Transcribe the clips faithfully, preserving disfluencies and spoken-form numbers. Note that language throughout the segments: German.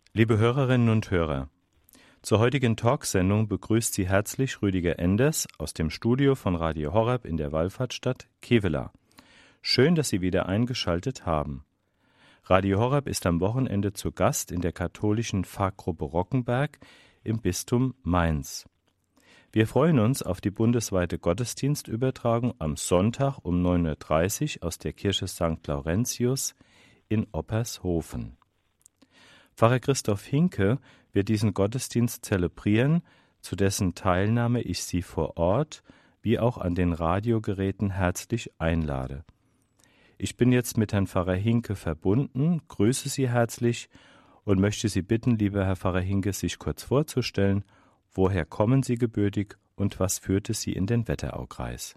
Liebe Hörerinnen und Hörer, zur heutigen Talksendung begrüßt Sie herzlich Rüdiger Enders aus dem Studio von Radio Horeb in der Wallfahrtsstadt Kevela. Schön, dass Sie wieder eingeschaltet haben. Radio Horeb ist am Wochenende zu Gast in der katholischen Pfarrgruppe Rockenberg im Bistum Mainz. Wir freuen uns auf die bundesweite Gottesdienstübertragung am Sonntag um neun Uhr dreißig aus der Kirche Sankt Laurentius in Oppershofen. Pfarrer Christoph Hinke wird diesen Gottesdienst zelebrieren, zu dessen Teilnahme ich Sie vor Ort wie auch an den Radiogeräten herzlich einlade. Ich bin jetzt mit Herrn Pfarrer Hinke verbunden, grüße Sie herzlich und möchte Sie bitten, lieber Herr Pfarrer Hinke, sich kurz vorzustellen. Woher kommen Sie gebürtig und was führte Sie in den Wetteraukreis?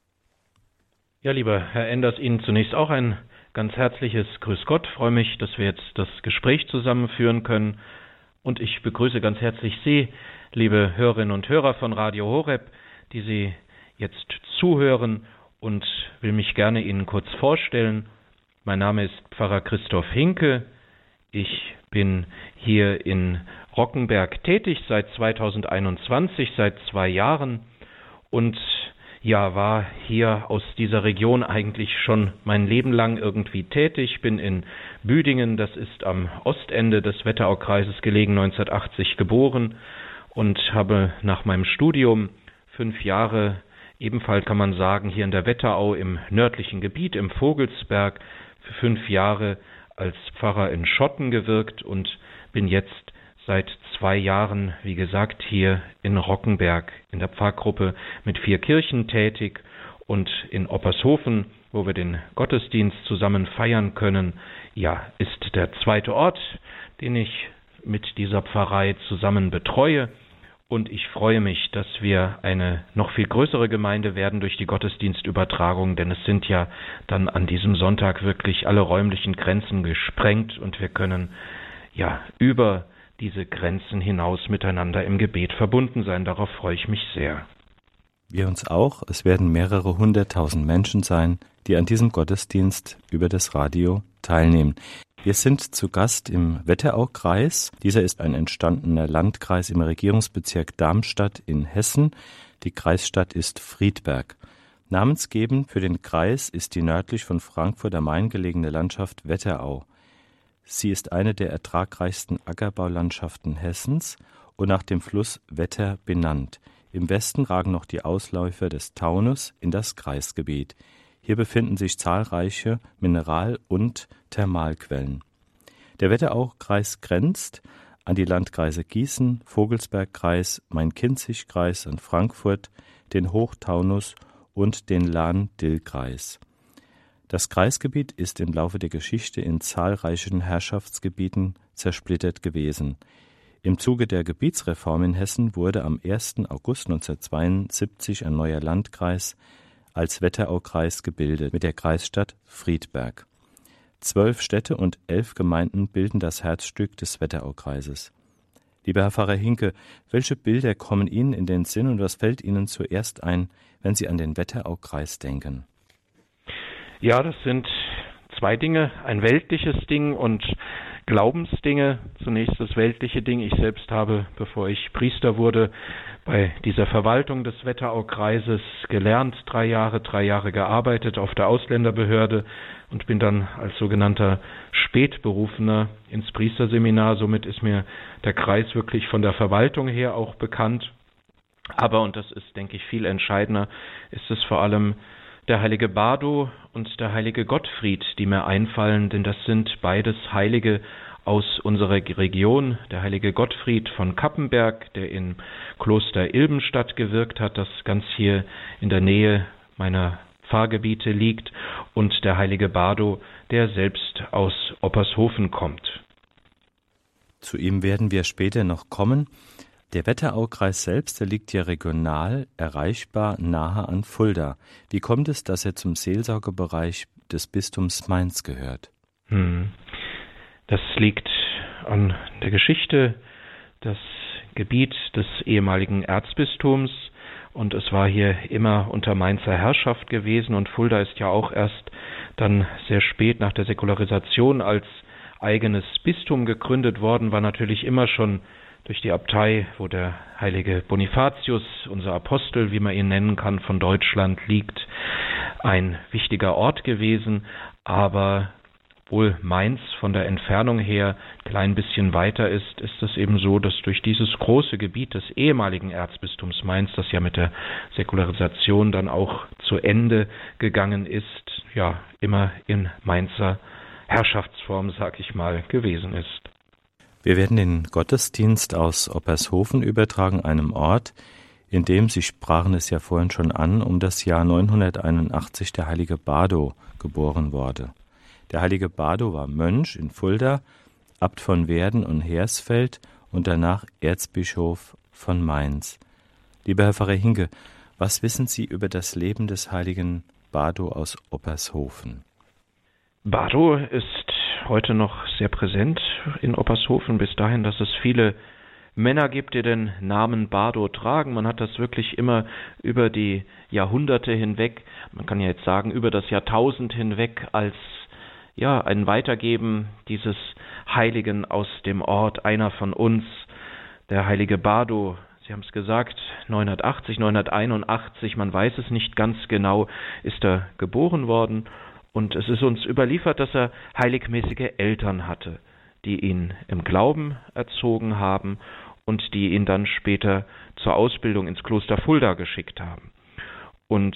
Ja, lieber Herr Enders, Ihnen zunächst auch ein ganz herzliches Grüß Gott. Ich freue mich, dass wir jetzt das Gespräch zusammenführen können. Und ich begrüße ganz herzlich Sie, liebe Hörerinnen und Hörer von Radio Horeb, die Sie jetzt zuhören, und will mich gerne Ihnen kurz vorstellen. Mein Name ist Pfarrer Christoph Hinke. Ich bin hier in Rockenberg tätig seit zweitausendeinundzwanzig, seit zwei Jahren, und ja, war hier aus dieser Region eigentlich schon mein Leben lang irgendwie tätig. Bin in Büdingen, das ist am Ostende des Wetteraukreises gelegen, neunzehnhundertachtzig geboren und habe nach meinem Studium fünf Jahre, ebenfalls kann man sagen, hier in der Wetterau im nördlichen Gebiet, im Vogelsberg, für fünf Jahre als Pfarrer in Schotten gewirkt und bin jetzt seit zwei Jahren, wie gesagt, hier in Rockenberg in der Pfarrgruppe mit vier Kirchen tätig und in Oppershofen, wo wir den Gottesdienst zusammen feiern können, ja, ist der zweite Ort, den ich mit dieser Pfarrei zusammen betreue. Und ich freue mich, dass wir eine noch viel größere Gemeinde werden durch die Gottesdienstübertragung, denn es sind ja dann an diesem Sonntag wirklich alle räumlichen Grenzen gesprengt und wir können ja über diese Grenzen hinaus miteinander im Gebet verbunden sein. Darauf freue ich mich sehr. Wir uns auch. Es werden mehrere hunderttausend Menschen sein, die an diesem Gottesdienst über das Radio teilnehmen. Wir sind zu Gast im Wetteraukreis. Dieser ist ein entstandener Landkreis im Regierungsbezirk Darmstadt in Hessen. Die Kreisstadt ist Friedberg. Namensgebend für den Kreis ist die nördlich von Frankfurt am Main gelegene Landschaft Wetterau. Sie ist eine der ertragreichsten Ackerbaulandschaften Hessens und nach dem Fluss Wetter benannt. Im Westen ragen noch die Ausläufer des Taunus in das Kreisgebiet. Hier befinden sich zahlreiche Mineral- und Thermalquellen. Der Wetteraukreis grenzt an die Landkreise Gießen, Vogelsbergkreis, Main-Kinzig-Kreis und Frankfurt, den Hochtaunus und den Lahn-Dill-Kreis. Das Kreisgebiet ist im Laufe der Geschichte in zahlreichen Herrschaftsgebieten zersplittert gewesen. Im Zuge der Gebietsreform in Hessen wurde am ersten August neunzehnhundertzweiundsiebzig ein neuer Landkreis als Wetteraukreis gebildet mit der Kreisstadt Friedberg. Zwölf Städte und elf Gemeinden bilden das Herzstück des Wetteraukreises. Lieber Herr Pfarrer Hinke, welche Bilder kommen Ihnen in den Sinn und was fällt Ihnen zuerst ein, wenn Sie an den Wetteraukreis denken? Ja, das sind zwei Dinge, ein weltliches Ding und Glaubensdinge. Zunächst das weltliche Ding. Ich selbst habe, bevor ich Priester wurde, bei dieser Verwaltung des Wetteraukreises gelernt, drei Jahre, drei Jahre gearbeitet auf der Ausländerbehörde und bin dann als sogenannter Spätberufener ins Priesterseminar. Somit ist mir der Kreis wirklich von der Verwaltung her auch bekannt. Aber, und das ist, denke ich, viel entscheidender, ist es vor allem der heilige Bardo und der heilige Gottfried, die mir einfallen, denn das sind beides Heilige aus unserer Region. Der heilige Gottfried von Kappenberg, der in Kloster Ilbenstadt gewirkt hat, das ganz hier in der Nähe meiner Pfarrgebiete liegt, und der heilige Bardo, der selbst aus Oppershofen kommt. Zu ihm werden wir später noch kommen. Der Wetteraukreis selbst, der liegt ja regional erreichbar nahe an Fulda. Wie kommt es, dass er zum Seelsorgebereich des Bistums Mainz gehört? Hm. Das liegt an der Geschichte. Das Gebiet des ehemaligen Erzbistums und es war hier immer unter Mainzer Herrschaft gewesen und Fulda ist ja auch erst dann sehr spät nach der Säkularisation als eigenes Bistum gegründet worden, war natürlich immer schon durch die Abtei, wo der heilige Bonifatius, unser Apostel, wie man ihn nennen kann, von Deutschland liegt, ein wichtiger Ort gewesen, aber obwohl Mainz von der Entfernung her ein klein bisschen weiter ist, ist es eben so, dass durch dieses große Gebiet des ehemaligen Erzbistums Mainz, das ja mit der Säkularisation dann auch zu Ende gegangen ist, ja, immer in Mainzer Herrschaftsform, sag ich mal, gewesen ist. Wir werden den Gottesdienst aus Oppershofen übertragen, einem Ort, in dem, Sie sprachen es ja vorhin schon an, um das Jahr neunhunderteinundachtzig der heilige Bardo geboren wurde. Der heilige Bardo war Mönch in Fulda, Abt von Werden und Hersfeld und danach Erzbischof von Mainz. Lieber Herr Pfarrer Hinke, was wissen Sie über das Leben des heiligen Bardo aus Oppershofen? Bardo ist heute noch sehr präsent in Oppershofen, bis dahin, dass es viele Männer gibt, die den Namen Bardo tragen. Man hat das wirklich immer über die Jahrhunderte hinweg, man kann ja jetzt sagen über das Jahrtausend hinweg, als ja ein Weitergeben dieses Heiligen aus dem Ort, einer von uns, der heilige Bardo. Sie haben es gesagt, neunhundertachtzig, neunhunderteinundachtzig, man weiß es nicht ganz genau, ist er geboren worden. Und es ist uns überliefert, dass er heiligmäßige Eltern hatte, die ihn im Glauben erzogen haben und die ihn dann später zur Ausbildung ins Kloster Fulda geschickt haben. Und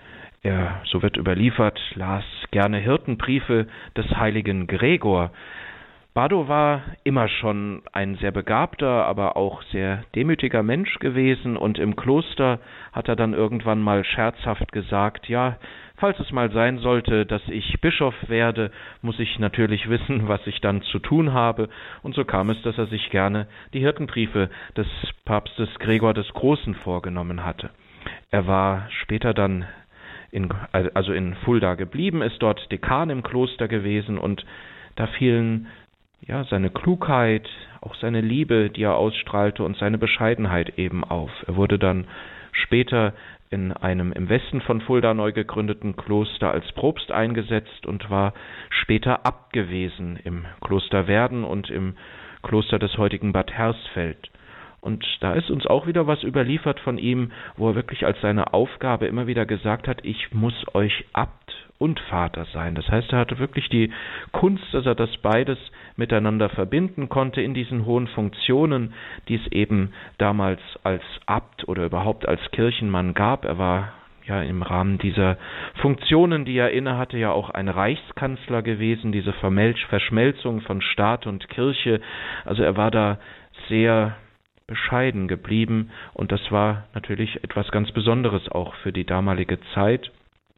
er, so wird überliefert, las gerne Hirtenbriefe des heiligen Gregor. Bardo war immer schon ein sehr begabter, aber auch sehr demütiger Mensch gewesen, und im Kloster hat er dann irgendwann mal scherzhaft gesagt, ja, falls es mal sein sollte, dass ich Bischof werde, muss ich natürlich wissen, was ich dann zu tun habe. Und so kam es, dass er sich gerne die Hirtenbriefe des Papstes Gregor des Großen vorgenommen hatte. Er war später dann in, also in Fulda geblieben, ist dort Dekan im Kloster gewesen, und da fielen ja seine Klugheit, auch seine Liebe, die er ausstrahlte, und seine Bescheidenheit eben auf. Er wurde dann später in einem im Westen von Fulda neu gegründeten Kloster als Propst eingesetzt und war später Abt gewesen im Kloster Werden und im Kloster des heutigen Bad Hersfeld. Und da ist uns auch wieder was überliefert von ihm, wo er wirklich als seine Aufgabe immer wieder gesagt hat, ich muss euch Abt und Vater sein. Das heißt, er hatte wirklich die Kunst, dass er das beides miteinander verbinden konnte in diesen hohen Funktionen, die es eben damals als Abt oder überhaupt als Kirchenmann gab. Er war ja im Rahmen dieser Funktionen, die er innehatte, ja auch ein Reichskanzler gewesen, diese Vermelch- Verschmelzung von Staat und Kirche. Also er war da sehr bescheiden geblieben, und das war natürlich etwas ganz Besonderes auch für die damalige Zeit.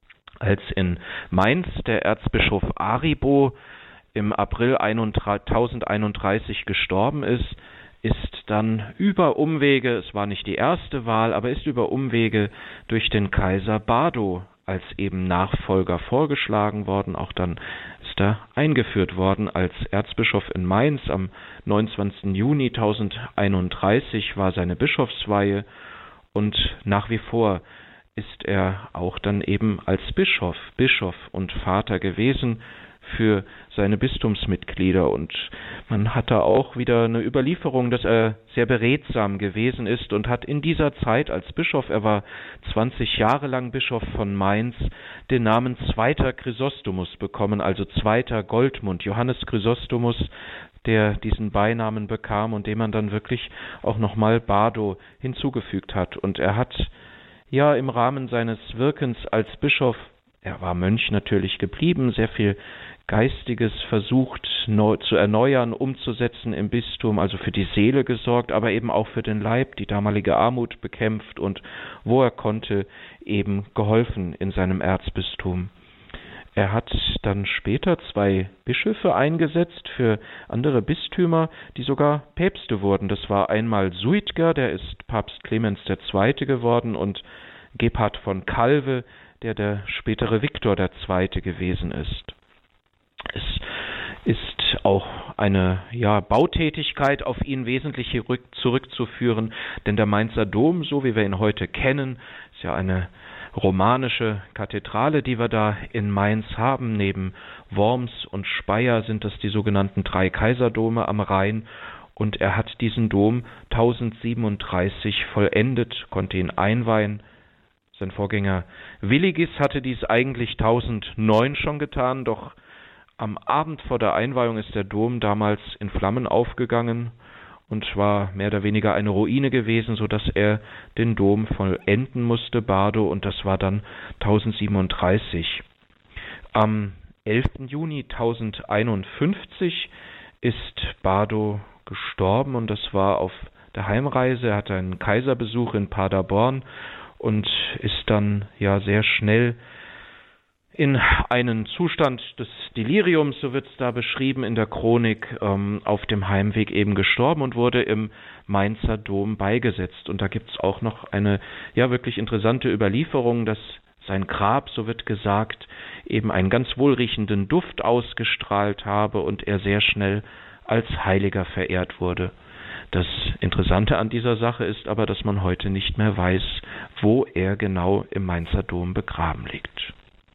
Als in Mainz der Erzbischof Aribo im April tausendeinunddreißig gestorben ist, ist dann über Umwege, es war nicht die erste Wahl, aber ist über Umwege durch den Kaiser Bardo als eben Nachfolger vorgeschlagen worden. Auch dann ist er eingeführt worden als Erzbischof in Mainz. Am neunundzwanzigsten Juni tausendeinunddreißig war seine Bischofsweihe, und nach wie vor ist er auch dann eben als Bischof, Bischof und Vater gewesen für seine Bistumsmitglieder. Und man hat da auch wieder eine Überlieferung, dass er sehr beredsam gewesen ist und hat in dieser Zeit als Bischof, er war zwanzig Jahre lang Bischof von Mainz, den Namen Zweiter Chrysostomus bekommen, also Zweiter Goldmund, Johannes Chrysostomus, der diesen Beinamen bekam und dem man dann wirklich auch nochmal Bardo hinzugefügt hat. Und er hat ja im Rahmen seines Wirkens als Bischof, er war Mönch natürlich geblieben, sehr viel Geistiges versucht neu, zu erneuern, umzusetzen im Bistum, also für die Seele gesorgt, aber eben auch für den Leib, die damalige Armut bekämpft und wo er konnte, eben geholfen in seinem Erzbistum. Er hat dann später zwei Bischöfe eingesetzt für andere Bistümer, die sogar Päpste wurden. Das war einmal Suidger, der ist Papst Clemens der Zweite geworden, und Gebhard von Calve, der der spätere Viktor der Zweite gewesen ist. Es ist auch eine ja, Bautätigkeit auf ihn wesentlich zurückzuführen, denn der Mainzer Dom, so wie wir ihn heute kennen, ist ja eine romanische Kathedrale, die wir da in Mainz haben, neben Worms und Speyer sind das die sogenannten drei Kaiserdome am Rhein. Und er hat diesen Dom tausendsiebenunddreißig vollendet, konnte ihn einweihen. Sein Vorgänger Willigis hatte dies eigentlich tausendneun schon getan, doch am Abend vor der Einweihung ist der Dom damals in Flammen aufgegangen und war mehr oder weniger eine Ruine gewesen, sodass er den Dom vollenden musste, Bardo, und das war dann tausendsiebenunddreißig. Am elften Juni tausendeinundfünfzig ist Bardo gestorben und das war auf der Heimreise. Er hatte einen Kaiserbesuch in Paderborn und ist dann ja sehr schnell in einen Zustand des Deliriums, so wird es da beschrieben in der Chronik, ähm, auf dem Heimweg eben gestorben und wurde im Mainzer Dom beigesetzt. Und da gibt es auch noch eine ja wirklich interessante Überlieferung, dass sein Grab, so wird gesagt, eben einen ganz wohlriechenden Duft ausgestrahlt habe und er sehr schnell als Heiliger verehrt wurde. Das Interessante an dieser Sache ist aber, dass man heute nicht mehr weiß, wo er genau im Mainzer Dom begraben liegt.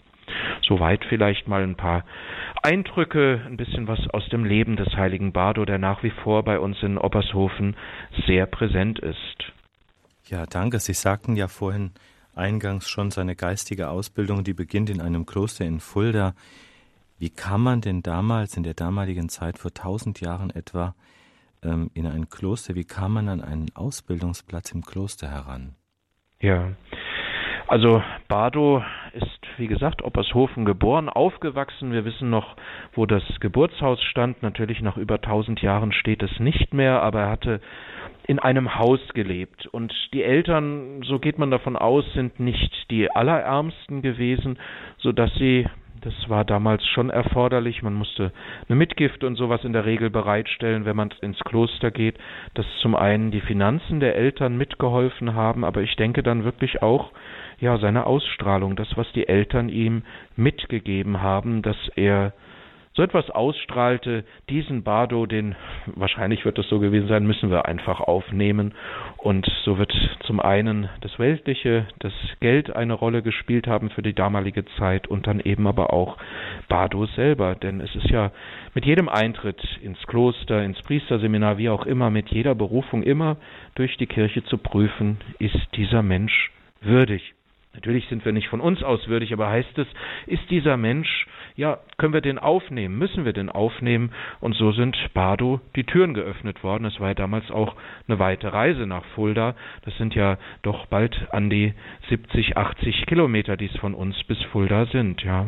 Soweit vielleicht mal ein paar Eindrücke, ein bisschen was aus dem Leben des heiligen Bardo, der nach wie vor bei uns in Oppershofen sehr präsent ist. Ja, danke. Sie sagten ja vorhin eingangs schon, seine geistige Ausbildung, die beginnt in einem Kloster in Fulda. Wie kam man denn damals, in der damaligen Zeit, vor tausend Jahren etwa, ähm, in ein Kloster, wie kam man an einen Ausbildungsplatz im Kloster heran? Ja, also Bardo ist, wie gesagt, Oppershofen geboren, aufgewachsen. Wir wissen noch, wo das Geburtshaus stand. Natürlich nach über tausend Jahren steht es nicht mehr, aber er hatte in einem Haus gelebt. Und die Eltern, so geht man davon aus, sind nicht die allerärmsten gewesen, sodass sie, das war damals schon erforderlich, man musste eine Mitgift und sowas in der Regel bereitstellen, wenn man ins Kloster geht, dass zum einen die Finanzen der Eltern mitgeholfen haben, aber ich denke dann wirklich auch, ja, seine Ausstrahlung, das, was die Eltern ihm mitgegeben haben, dass er so etwas ausstrahlte, diesen Bardo, den, wahrscheinlich wird es so gewesen sein, müssen wir einfach aufnehmen. Und so wird zum einen das Weltliche, das Geld eine Rolle gespielt haben für die damalige Zeit und dann eben aber auch Bardo selber. Denn es ist ja mit jedem Eintritt ins Kloster, ins Priesterseminar, wie auch immer, mit jeder Berufung immer durch die Kirche zu prüfen, ist dieser Mensch würdig. Natürlich sind wir nicht von uns aus würdig, aber heißt es, ist dieser Mensch, ja, können wir den aufnehmen, müssen wir den aufnehmen? Und so sind Bardo die Türen geöffnet worden. Es war ja damals auch eine weite Reise nach Fulda. Das sind ja doch bald an die siebzig, achtzig Kilometer, die es von uns bis Fulda sind, ja.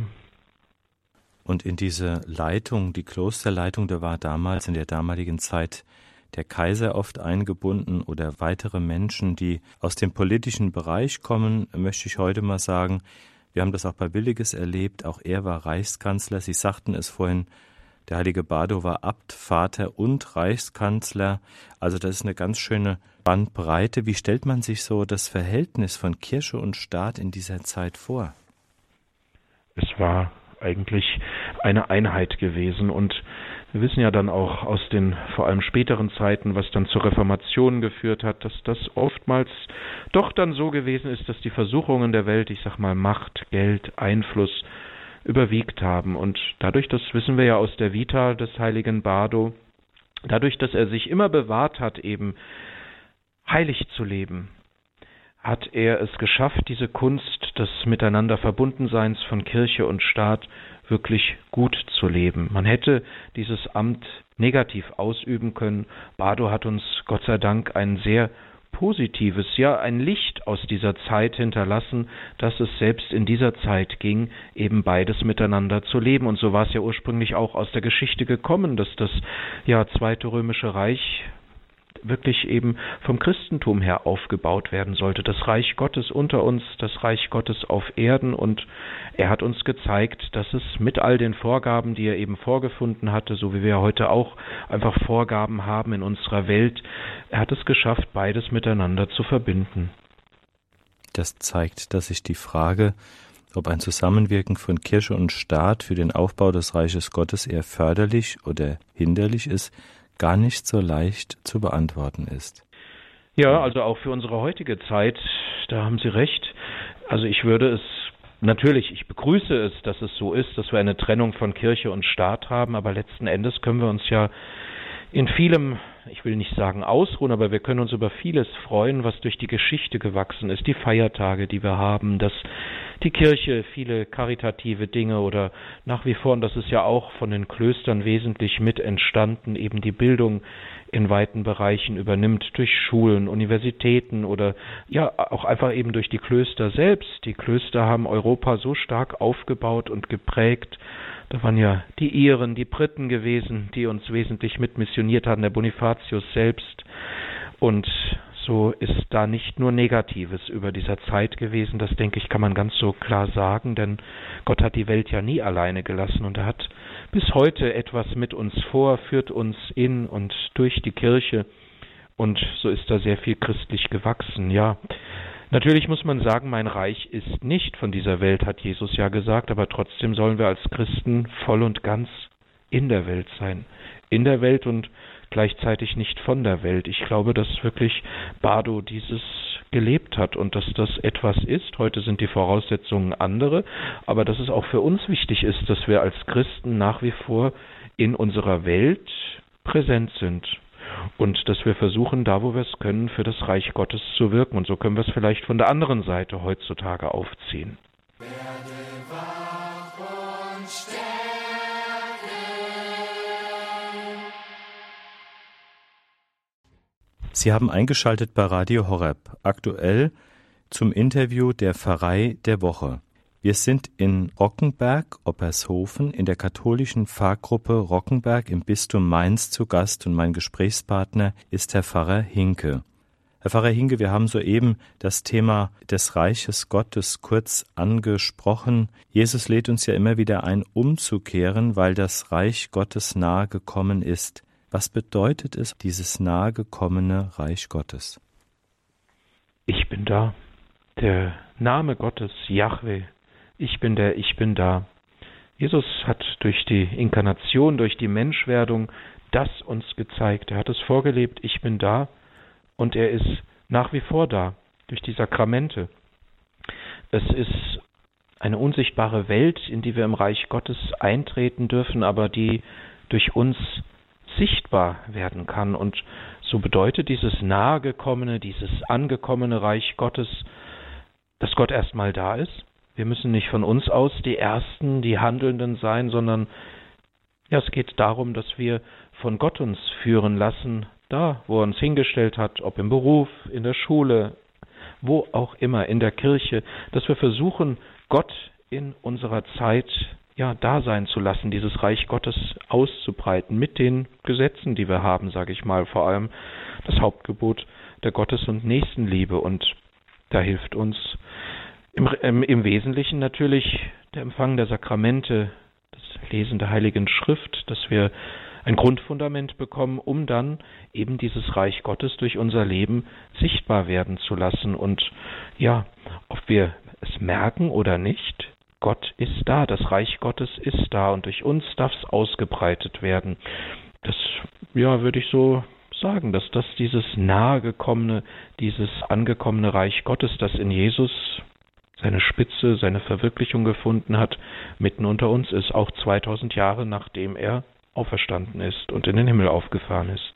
Und in diese Leitung, die Klosterleitung, da war damals in der damaligen Zeit der Kaiser oft eingebunden oder weitere Menschen, die aus dem politischen Bereich kommen, möchte ich heute mal sagen. Wir haben das auch bei Willigis erlebt, auch er war Reichskanzler. Sie sagten es vorhin, der heilige Bardo war Abt, Vater und Reichskanzler. Also das ist eine ganz schöne Bandbreite. Wie stellt man sich so das Verhältnis von Kirche und Staat in dieser Zeit vor? Es war eigentlich eine Einheit gewesen und wir wissen ja dann auch aus den vor allem späteren Zeiten, was dann zur Reformation geführt hat, dass das oftmals doch dann so gewesen ist, dass die Versuchungen der Welt, ich sag mal Macht, Geld, Einfluss überwiegt haben. Und dadurch, das wissen wir ja aus der Vita des heiligen Bardo, dadurch, dass er sich immer bewahrt hat, eben heilig zu leben, hat er es geschafft, diese Kunst des Miteinander-Verbundenseins von Kirche und Staat wirklich gut zu leben. Man hätte dieses Amt negativ ausüben können. Bardo hat uns Gott sei Dank ein sehr positives, ja ein Licht aus dieser Zeit hinterlassen, dass es selbst in dieser Zeit ging, eben beides miteinander zu leben. Und so war es ja ursprünglich auch aus der Geschichte gekommen, dass das ja Zweite Römische Reich wirklich eben vom Christentum her aufgebaut werden sollte. Das Reich Gottes unter uns, das Reich Gottes auf Erden, und er hat uns gezeigt, dass es mit all den Vorgaben, die er eben vorgefunden hatte, so wie wir heute auch einfach Vorgaben haben in unserer Welt, er hat es geschafft, beides miteinander zu verbinden. Das zeigt, dass sich die Frage, ob ein Zusammenwirken von Kirche und Staat für den Aufbau des Reiches Gottes eher förderlich oder hinderlich ist, gar nicht so leicht zu beantworten ist. Ja, also auch für unsere heutige Zeit, da haben Sie recht. Also ich würde es Natürlich, ich begrüße es, dass es so ist, dass wir eine Trennung von Kirche und Staat haben, aber letzten Endes können wir uns ja in vielem, ich will nicht sagen ausruhen, aber wir können uns über vieles freuen, was durch die Geschichte gewachsen ist, die Feiertage, die wir haben, dass die Kirche viele karitative Dinge oder nach wie vor, und das ist ja auch von den Klöstern wesentlich mit entstanden, eben die Bildung in weiten Bereichen übernimmt, durch Schulen, Universitäten oder ja auch einfach eben durch die Klöster selbst. Die Klöster haben Europa so stark aufgebaut und geprägt. Da waren ja die Iren, die Briten gewesen, die uns wesentlich mitmissioniert haben, der Bonifatius selbst. Und so ist da nicht nur Negatives über dieser Zeit gewesen, das denke ich, kann man ganz so klar sagen, denn Gott hat die Welt ja nie alleine gelassen und er hat bis heute etwas mit uns vor, führt uns in und durch die Kirche und so ist da sehr viel christlich gewachsen, ja. Natürlich muss man sagen, mein Reich ist nicht von dieser Welt, hat Jesus ja gesagt, aber trotzdem sollen wir als Christen voll und ganz in der Welt sein. In der Welt und gleichzeitig nicht von der Welt. Ich glaube, dass wirklich Bardo dieses gelebt hat und dass das etwas ist. Heute sind die Voraussetzungen andere, aber dass es auch für uns wichtig ist, dass wir als Christen nach wie vor in unserer Welt präsent sind. Und dass wir versuchen, da wo wir es können, für das Reich Gottes zu wirken. Und so können wir es vielleicht von der anderen Seite heutzutage aufziehen. Werde wach und stärke. Sie haben eingeschaltet bei Radio Horeb, aktuell zum Interview der Pfarrei der Woche. Wir sind in Rockenberg, Oppershofen, in der katholischen Pfarrgruppe Rockenberg im Bistum Mainz zu Gast und mein Gesprächspartner ist Herr Pfarrer Hinke. Herr Pfarrer Hinke, wir haben soeben das Thema des Reiches Gottes kurz angesprochen. Jesus lädt uns ja immer wieder ein, umzukehren, weil das Reich Gottes nahe gekommen ist. Was bedeutet es, dieses nahe gekommene Reich Gottes? Ich bin da. Der Name Gottes, Jahwe. Ich bin der, ich bin da. Jesus hat durch die Inkarnation, durch die Menschwerdung das uns gezeigt. Er hat es vorgelebt, ich bin da und er ist nach wie vor da, durch die Sakramente. Es ist eine unsichtbare Welt, in die wir im Reich Gottes eintreten dürfen, aber die durch uns sichtbar werden kann. Und so bedeutet dieses nahegekommene, dieses angekommene Reich Gottes, dass Gott erstmal da ist. Wir müssen nicht von uns aus die Ersten, die Handelnden sein, sondern ja, es geht darum, dass wir von Gott uns führen lassen, da, wo er uns hingestellt hat, ob im Beruf, in der Schule, wo auch immer, in der Kirche, dass wir versuchen, Gott in unserer Zeit ja da sein zu lassen, dieses Reich Gottes auszubreiten, mit den Gesetzen, die wir haben, sage ich mal, vor allem das Hauptgebot der Gottes- und Nächstenliebe. Und da hilft uns Im, im, im Wesentlichen natürlich der Empfang der Sakramente, das Lesen der Heiligen Schrift, dass wir ein Grundfundament bekommen, um dann eben dieses Reich Gottes durch unser Leben sichtbar werden zu lassen. Und ja, ob wir es merken oder nicht, Gott ist da, das Reich Gottes ist da und durch uns darf es ausgebreitet werden. Das, ja, würde ich so sagen, dass das dieses nahegekommene, dieses angekommene Reich Gottes, das in Jesus seine Spitze, seine Verwirklichung gefunden hat, mitten unter uns ist, auch zweitausend Jahre nachdem er auferstanden ist und in den Himmel aufgefahren ist.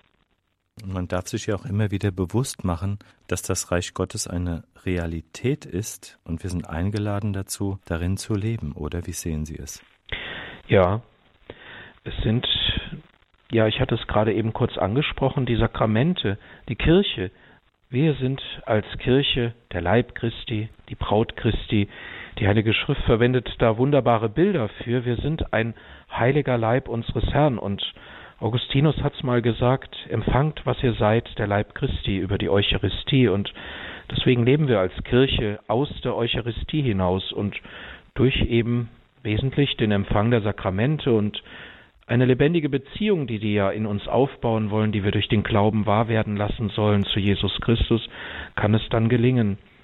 Man darf sich ja auch immer wieder bewusst machen, dass das Reich Gottes eine Realität ist und wir sind eingeladen dazu, darin zu leben, oder? Wie sehen Sie es? Ja, es sind, ja, ich hatte es gerade eben kurz angesprochen, die Sakramente, die Kirche. Wir sind als Kirche der Leib Christi, die Braut Christi. Die Heilige Schrift verwendet da wunderbare Bilder für. Wir sind ein heiliger Leib unseres Herrn. Und Augustinus hat es mal gesagt, empfangt, was ihr seid, der Leib Christi über die Eucharistie. Und deswegen leben wir als Kirche aus der Eucharistie hinaus und durch eben wesentlich den Empfang der Sakramente und eine lebendige Beziehung, die die ja in uns aufbauen wollen, die wir durch den Glauben wahr werden lassen sollen zu Jesus Christus, kann es dann gelingen,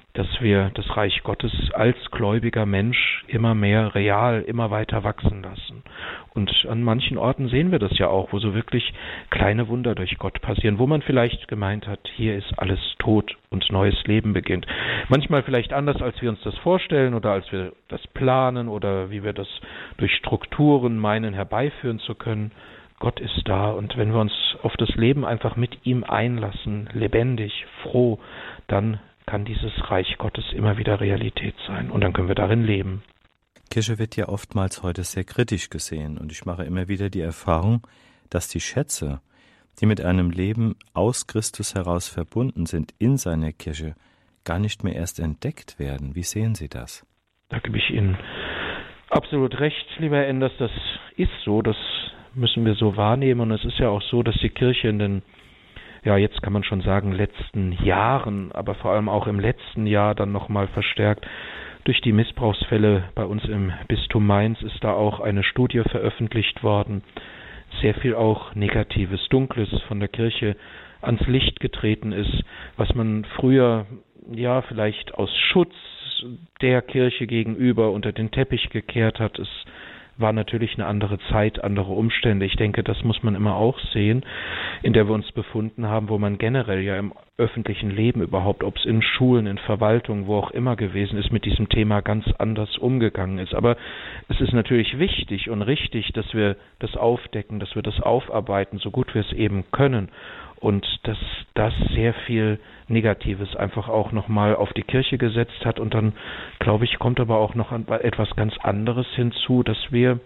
dass wir das Reich Gottes als gläubiger Mensch immer mehr real, immer weiter wachsen lassen. Und an manchen Orten sehen wir das ja auch, wo so wirklich kleine Wunder durch Gott passieren, wo man vielleicht gemeint hat, hier ist alles tot und neues Leben beginnt. Manchmal vielleicht anders, als wir uns das vorstellen oder als wir das planen oder wie wir das durch Strukturen meinen, herbeiführen zu können. Gott ist da, und wenn wir uns auf das Leben einfach mit ihm einlassen, lebendig, froh, dann kann dieses Reich Gottes immer wieder Realität sein, und dann können wir darin leben. Kirche wird ja oftmals heute sehr kritisch gesehen, und ich mache immer wieder die Erfahrung, dass die Schätze, die mit einem Leben aus Christus heraus verbunden sind in seiner Kirche, gar nicht mehr erst entdeckt werden. Wie sehen Sie das? Da gebe ich Ihnen absolut recht, lieber Herr Enders, das ist so, das müssen wir so wahrnehmen, und es ist ja auch so, dass die Kirche in den, ja, jetzt kann man schon sagen, letzten Jahren, aber vor allem auch im letzten Jahr dann nochmal verstärkt durch die Missbrauchsfälle bei uns im Bistum Mainz ist da auch eine Studie veröffentlicht worden, sehr viel auch Negatives, Dunkles von der Kirche ans Licht getreten ist, was man früher, ja, vielleicht aus Schutz der Kirche gegenüber unter den Teppich gekehrt hat. Es war natürlich eine andere Zeit, andere Umstände. Ich denke, das muss man immer auch sehen, in der wir uns befunden haben, wo man generell ja im öffentlichen Leben überhaupt, ob es in Schulen, in Verwaltungen, wo auch immer gewesen ist, mit diesem Thema ganz anders umgegangen ist. Aber es ist natürlich wichtig und richtig, dass wir das aufdecken, dass wir das aufarbeiten, so gut wir es eben können. Und dass das sehr viel Negatives einfach auch nochmal auf die Kirche gesetzt hat. Und dann, glaube ich, kommt aber auch noch etwas ganz anderes hinzu, dass wir,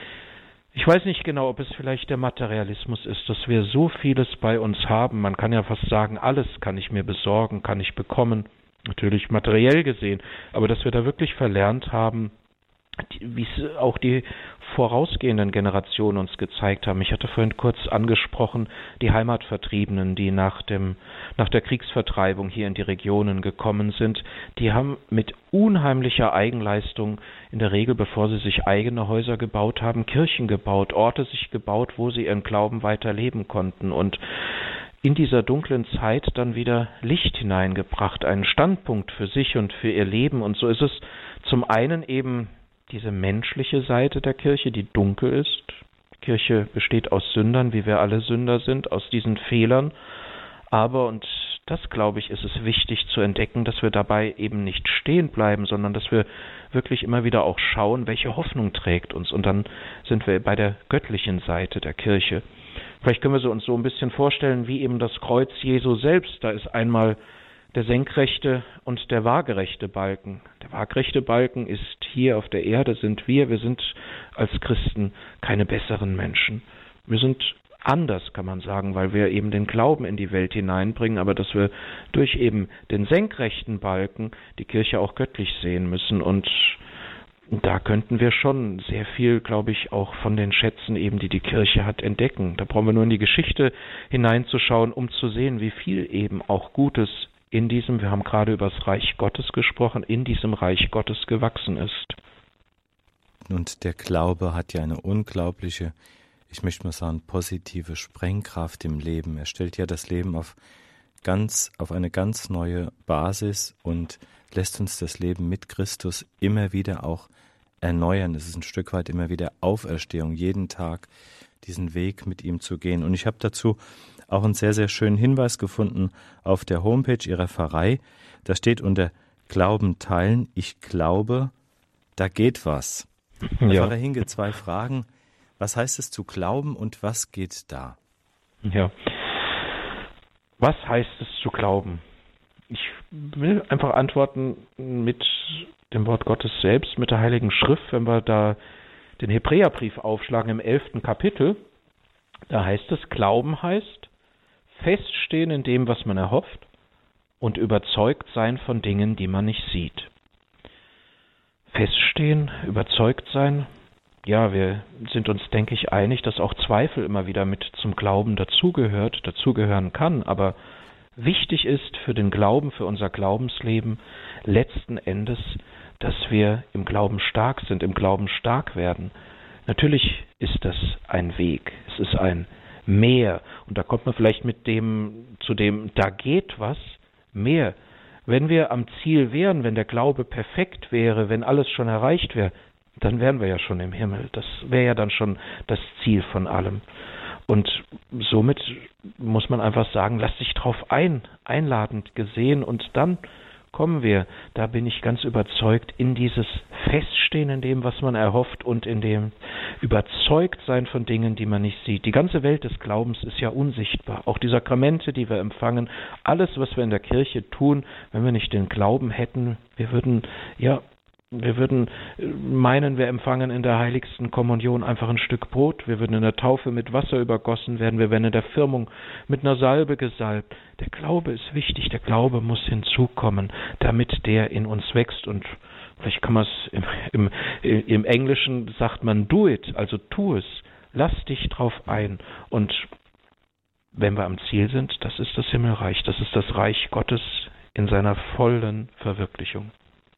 ich weiß nicht genau, ob es vielleicht der Materialismus ist, dass wir so vieles bei uns haben. Man kann ja fast sagen, alles kann ich mir besorgen, kann ich bekommen, natürlich materiell gesehen. Aber dass wir da wirklich verlernt haben, wie es auch die vorausgehenden Generationen uns gezeigt haben. Ich hatte vorhin kurz angesprochen, die Heimatvertriebenen, die nach dem, nach der Kriegsvertreibung hier in die Regionen gekommen sind, die haben mit unheimlicher Eigenleistung, in der Regel, bevor sie sich eigene Häuser gebaut haben, Kirchen gebaut, Orte sich gebaut, wo sie ihren Glauben weiterleben konnten, und in dieser dunklen Zeit dann wieder Licht hineingebracht, einen Standpunkt für sich und für ihr Leben. Und so ist es zum einen eben diese menschliche Seite der Kirche, die dunkel ist. Die Kirche besteht aus Sündern, wie wir alle Sünder sind, aus diesen Fehlern. Aber, und das, glaube ich, ist es wichtig zu entdecken, dass wir dabei eben nicht stehen bleiben, sondern dass wir wirklich immer wieder auch schauen, welche Hoffnung trägt uns. Und dann sind wir bei der göttlichen Seite der Kirche. Vielleicht können wir sie uns so ein bisschen vorstellen, wie eben das Kreuz Jesu selbst. Da ist einmal der senkrechte und der waagerechte Balken. Der waagerechte Balken ist hier auf der Erde, sind wir. Wir sind als Christen keine besseren Menschen. Wir sind anders, kann man sagen, weil wir eben den Glauben in die Welt hineinbringen, aber dass wir durch eben den senkrechten Balken die Kirche auch göttlich sehen müssen. Und da könnten wir schon sehr viel, glaube ich, auch von den Schätzen eben, die die Kirche hat, entdecken. Da brauchen wir nur in die Geschichte hineinzuschauen, um zu sehen, wie viel eben auch Gutes in diesem, wir haben gerade über das Reich Gottes gesprochen, in diesem Reich Gottes gewachsen ist. Und der Glaube hat ja eine unglaubliche, ich möchte mal sagen, positive Sprengkraft im Leben. Er stellt ja das Leben auf ganz, auf eine ganz neue Basis und lässt uns das Leben mit Christus immer wieder auch erneuern. Es ist ein Stück weit immer wieder Auferstehung, jeden Tag diesen Weg mit ihm zu gehen. Und ich habe dazu auch einen sehr, sehr schönen Hinweis gefunden auf der Homepage Ihrer Pfarrei. Da steht unter Glauben teilen, ich glaube, da geht was. Ja. Herr Pfarrer Hinge, zwei Fragen. Was heißt es zu glauben und was geht da? Ja. Was heißt es zu glauben? Ich will einfach antworten mit dem Wort Gottes selbst, mit der Heiligen Schrift. Wenn wir da den Hebräerbrief aufschlagen im elften Kapitel, da heißt es, Glauben heißt feststehen in dem, was man erhofft, und überzeugt sein von Dingen, die man nicht sieht. Feststehen, überzeugt sein, ja, wir sind uns, denke ich, einig, dass auch Zweifel immer wieder mit zum Glauben dazugehört, dazugehören kann, aber wichtig ist für den Glauben, für unser Glaubensleben letzten Endes, dass wir im Glauben stark sind, im Glauben stark werden. Natürlich ist das ein Weg, es ist ein Mehr, und da kommt man vielleicht mit dem, zu dem, da geht was, mehr. Wenn wir am Ziel wären, wenn der Glaube perfekt wäre, wenn alles schon erreicht wäre, dann wären wir ja schon im Himmel. Das wäre ja dann schon das Ziel von allem. Und somit muss man einfach sagen, lass dich drauf ein, einladend gesehen, und dann kommen wir, da bin ich ganz überzeugt, in dieses Feststehen in dem, was man erhofft, und in dem Überzeugtsein von Dingen, die man nicht sieht. Die ganze Welt des Glaubens ist ja unsichtbar. Auch die Sakramente, die wir empfangen, alles, was wir in der Kirche tun, wenn wir nicht den Glauben hätten, wir würden, ja, wir würden meinen, wir empfangen in der heiligsten Kommunion einfach ein Stück Brot. Wir würden in der Taufe mit Wasser übergossen werden. Wir werden in der Firmung mit einer Salbe gesalbt. Der Glaube ist wichtig. Der Glaube muss hinzukommen, damit der in uns wächst. Und vielleicht kann man es im, im, im Englischen sagt man do it, also tu es. Lass dich drauf ein. Und wenn wir am Ziel sind, das ist das Himmelreich. Das ist das Reich Gottes in seiner vollen Verwirklichung.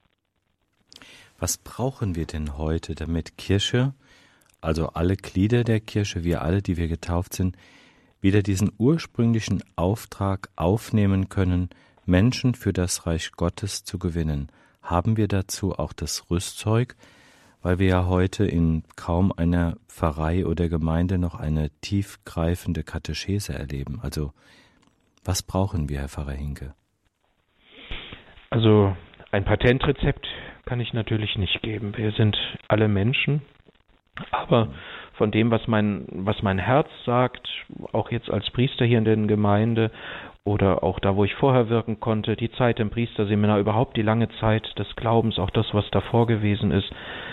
Was brauchen wir denn heute, damit Kirche, also alle Glieder der Kirche, wir alle, die wir getauft sind, wieder diesen ursprünglichen Auftrag aufnehmen können, Menschen für das Reich Gottes zu gewinnen? Haben wir dazu auch das Rüstzeug, weil wir ja heute in kaum einer Pfarrei oder Gemeinde noch eine tiefgreifende Katechese erleben? Also, was brauchen wir, Herr Pfarrer Hinke? Also, ein Patentrezept kann ich natürlich nicht geben. Wir sind alle Menschen, aber von dem, was mein, was mein Herz sagt, auch jetzt als Priester hier in der Gemeinde oder auch da, wo ich vorher wirken konnte, die Zeit im Priesterseminar, überhaupt die lange Zeit des Glaubens, auch das, was davor gewesen ist,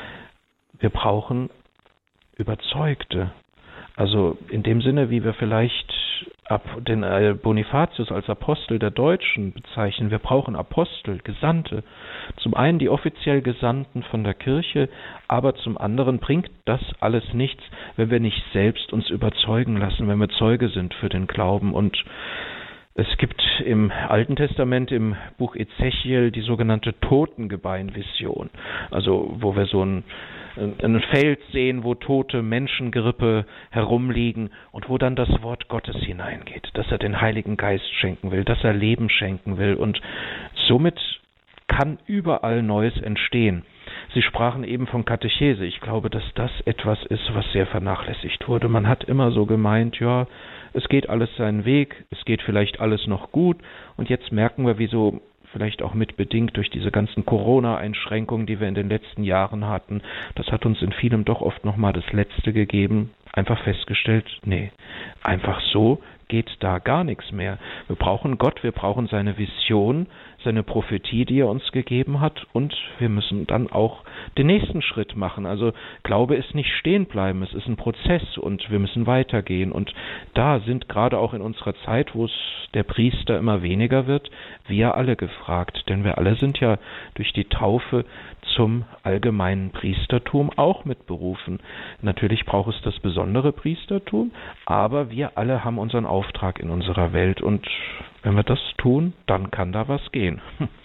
wir brauchen Überzeugte. Also in dem Sinne, wie wir vielleicht den Bonifatius als Apostel der Deutschen bezeichnen. Wir brauchen Apostel, Gesandte. Zum einen die offiziell Gesandten von der Kirche, aber zum anderen bringt das alles nichts, wenn wir nicht selbst uns überzeugen lassen, wenn wir Zeuge sind für den Glauben. Und es gibt im Alten Testament, im Buch Ezechiel, die sogenannte Totengebeinvision, also wo wir so ein ein Feld sehen, wo tote Menschengerippe herumliegen und wo dann das Wort Gottes hineingeht, dass er den Heiligen Geist schenken will, dass er Leben schenken will, und somit kann überall Neues entstehen. Sie sprachen eben von Katechese. Ich glaube, dass das etwas ist, was sehr vernachlässigt wurde. Man hat immer so gemeint, ja, es geht alles seinen Weg, es geht vielleicht alles noch gut, und jetzt merken wir, wie so vielleicht auch mitbedingt durch diese ganzen Corona-Einschränkungen, die wir in den letzten Jahren hatten, das hat uns in vielem doch oft nochmal das Letzte gegeben, einfach festgestellt, nee, einfach so geht da gar nichts mehr. Wir brauchen Gott, wir brauchen seine Vision, seine Prophetie, die er uns gegeben hat, und wir müssen dann auch den nächsten Schritt machen. Also Glaube ist nicht stehen bleiben, es ist ein Prozess und wir müssen weitergehen, und da sind gerade auch in unserer Zeit, wo es der Priester immer weniger wird, wir alle gefragt, denn wir alle sind ja durch die Taufe zum allgemeinen Priestertum auch mitberufen. Natürlich braucht es das besondere Priestertum, aber wir alle haben unseren Auftrag in unserer Welt, und wenn wir das tun, dann kann da was gehen.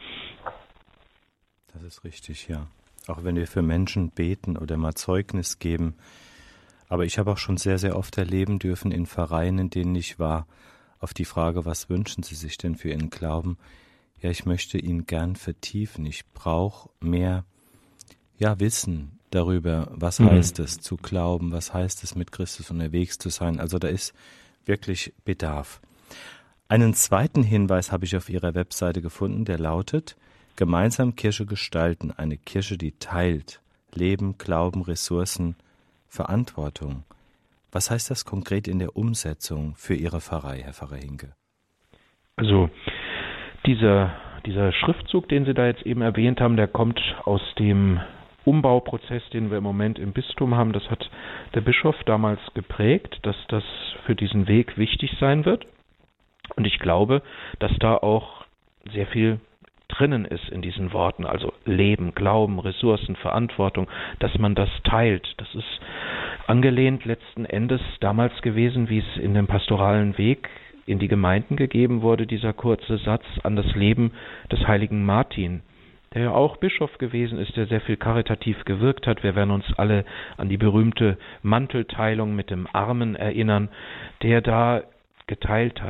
Das ist richtig, ja. Auch wenn wir für Menschen beten oder mal Zeugnis geben. Aber ich habe auch schon sehr, sehr oft erleben dürfen in Pfarreien, in denen ich war, auf die Frage, was wünschen Sie sich denn für Ihren Glauben? Ja, ich möchte ihn gern vertiefen. Ich brauche mehr, ja, Wissen darüber, was mhm. heißt es zu glauben, was heißt es mit Christus unterwegs zu sein. Also da ist wirklich Bedarf. Einen zweiten Hinweis habe ich auf Ihrer Webseite gefunden, der lautet: Gemeinsam Kirche gestalten, eine Kirche, die teilt, Leben, Glauben, Ressourcen, Verantwortung. Was heißt das konkret in der Umsetzung für Ihre Pfarrei, Herr Pfarrer Hinke? Also dieser, dieser Schriftzug, den Sie da jetzt eben erwähnt haben, der kommt aus dem Umbauprozess, den wir im Moment im Bistum haben. Das hat der Bischof damals geprägt, dass das für diesen Weg wichtig sein wird. Und ich glaube, dass da auch sehr viel drinnen ist in diesen Worten, also Leben, Glauben, Ressourcen, Verantwortung, dass man das teilt. Das ist angelehnt letzten Endes damals gewesen, wie es in dem pastoralen Weg in die Gemeinden gegeben wurde, dieser kurze Satz an das Leben des heiligen Martin, der ja auch Bischof gewesen ist, der sehr viel karitativ gewirkt hat. Wir werden uns alle an die berühmte Mantelteilung mit dem Armen erinnern, der da geteilt hat.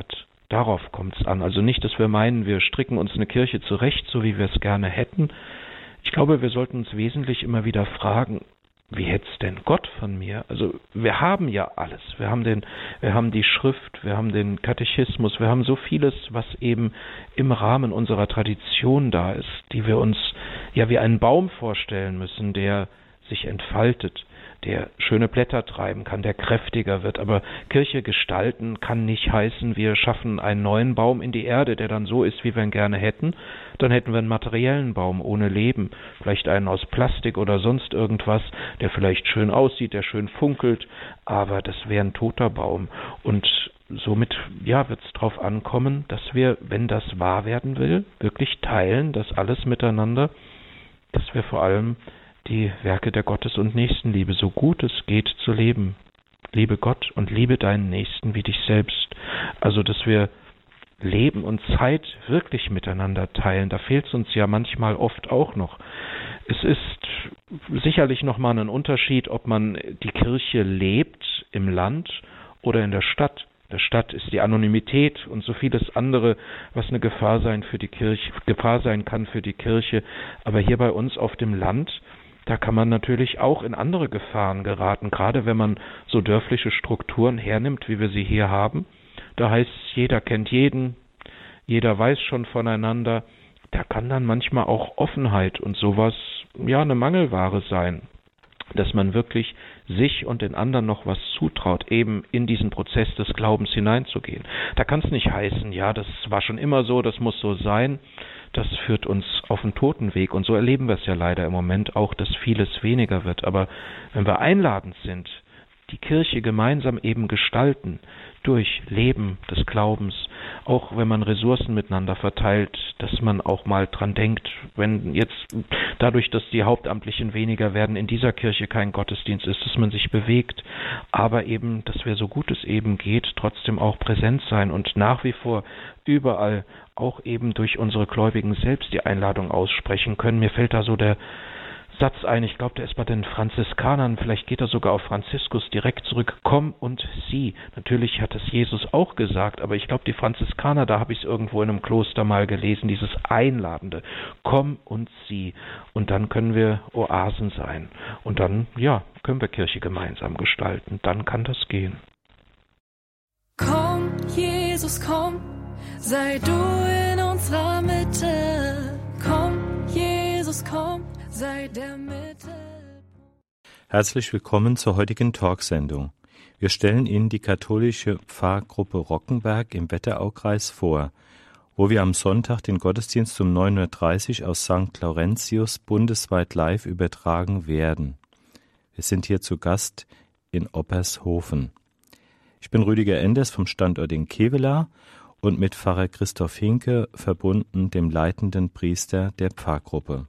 Darauf kommt es an. Also nicht, dass wir meinen, wir stricken uns eine Kirche zurecht, so wie wir es gerne hätten. Ich glaube, wir sollten uns wesentlich immer wieder fragen, wie hätte es denn Gott von mir? Also wir haben ja alles. Wir haben den, wir haben die Schrift, wir haben den Katechismus, wir haben so vieles, was eben im Rahmen unserer Tradition da ist, die wir uns ja wie einen Baum vorstellen müssen, der sich entfaltet, der schöne Blätter treiben kann, der kräftiger wird. Aber Kirche gestalten kann nicht heißen, wir schaffen einen neuen Baum in die Erde, der dann so ist, wie wir ihn gerne hätten. Dann hätten wir einen materiellen Baum ohne Leben, vielleicht einen aus Plastik oder sonst irgendwas, der vielleicht schön aussieht, der schön funkelt, aber das wäre ein toter Baum. Und somit ja, wird es darauf ankommen, dass wir, wenn das wahr werden will, wirklich teilen, das alles miteinander, dass wir vor allem die Werke der Gottes- und Nächstenliebe, so gut es geht, zu leben. Liebe Gott und liebe deinen Nächsten wie dich selbst. Also, dass wir Leben und Zeit wirklich miteinander teilen. Da fehlt es uns ja manchmal oft auch noch. Es ist sicherlich nochmal ein Unterschied, ob man die Kirche lebt im Land oder in der Stadt. In der Stadt ist die Anonymität und so vieles andere, was eine Gefahr sein für die Kirche, Gefahr sein kann für die Kirche. Aber hier bei uns auf dem Land, da kann man natürlich auch in andere Gefahren geraten, gerade wenn man so dörfliche Strukturen hernimmt, wie wir sie hier haben. Da heißt es, jeder kennt jeden, jeder weiß schon voneinander. Da kann dann manchmal auch Offenheit und sowas, ja, eine Mangelware sein, dass man wirklich sich und den anderen noch was zutraut, eben in diesen Prozess des Glaubens hineinzugehen. Da kann es nicht heißen, ja, das war schon immer so, das muss so sein. Das führt uns auf den Totenweg. Und so erleben wir es ja leider im Moment auch, dass vieles weniger wird. Aber wenn wir einladend sind, die Kirche gemeinsam eben gestalten, durch Leben des Glaubens, auch wenn man Ressourcen miteinander verteilt, dass man auch mal dran denkt, wenn jetzt dadurch, dass die Hauptamtlichen weniger werden, in dieser Kirche kein Gottesdienst ist, dass man sich bewegt, aber eben, dass wir so gut es eben geht, trotzdem auch präsent sein und nach wie vor überall auch eben durch unsere Gläubigen selbst die Einladung aussprechen können. Mir fällt da so der Satz ein, ich glaube, der ist bei den Franziskanern, vielleicht geht er sogar auf Franziskus direkt zurück, komm und sieh. Natürlich hat es Jesus auch gesagt, aber ich glaube, die Franziskaner, da habe ich es irgendwo in einem Kloster mal gelesen, dieses Einladende, komm und sieh. Und dann können wir Oasen sein. Und dann, ja, können wir Kirche gemeinsam gestalten. Dann kann das gehen. Komm, Jesus, komm, sei du in unserer Mitte. Komm, Jesus, komm, sei der Mitte. Herzlich willkommen zur heutigen Talksendung. Wir stellen Ihnen die katholische Pfarrgruppe Rockenberg im Wetteraukreis vor, wo wir am Sonntag den Gottesdienst um neun Uhr dreißig aus Sankt Laurentius bundesweit live übertragen werden. Wir sind hier zu Gast in Oppershofen. Ich bin Rüdiger Enders vom Standort in Kevelaer und mit Pfarrer Christoph Hinke verbunden, dem leitenden Priester der Pfarrgruppe.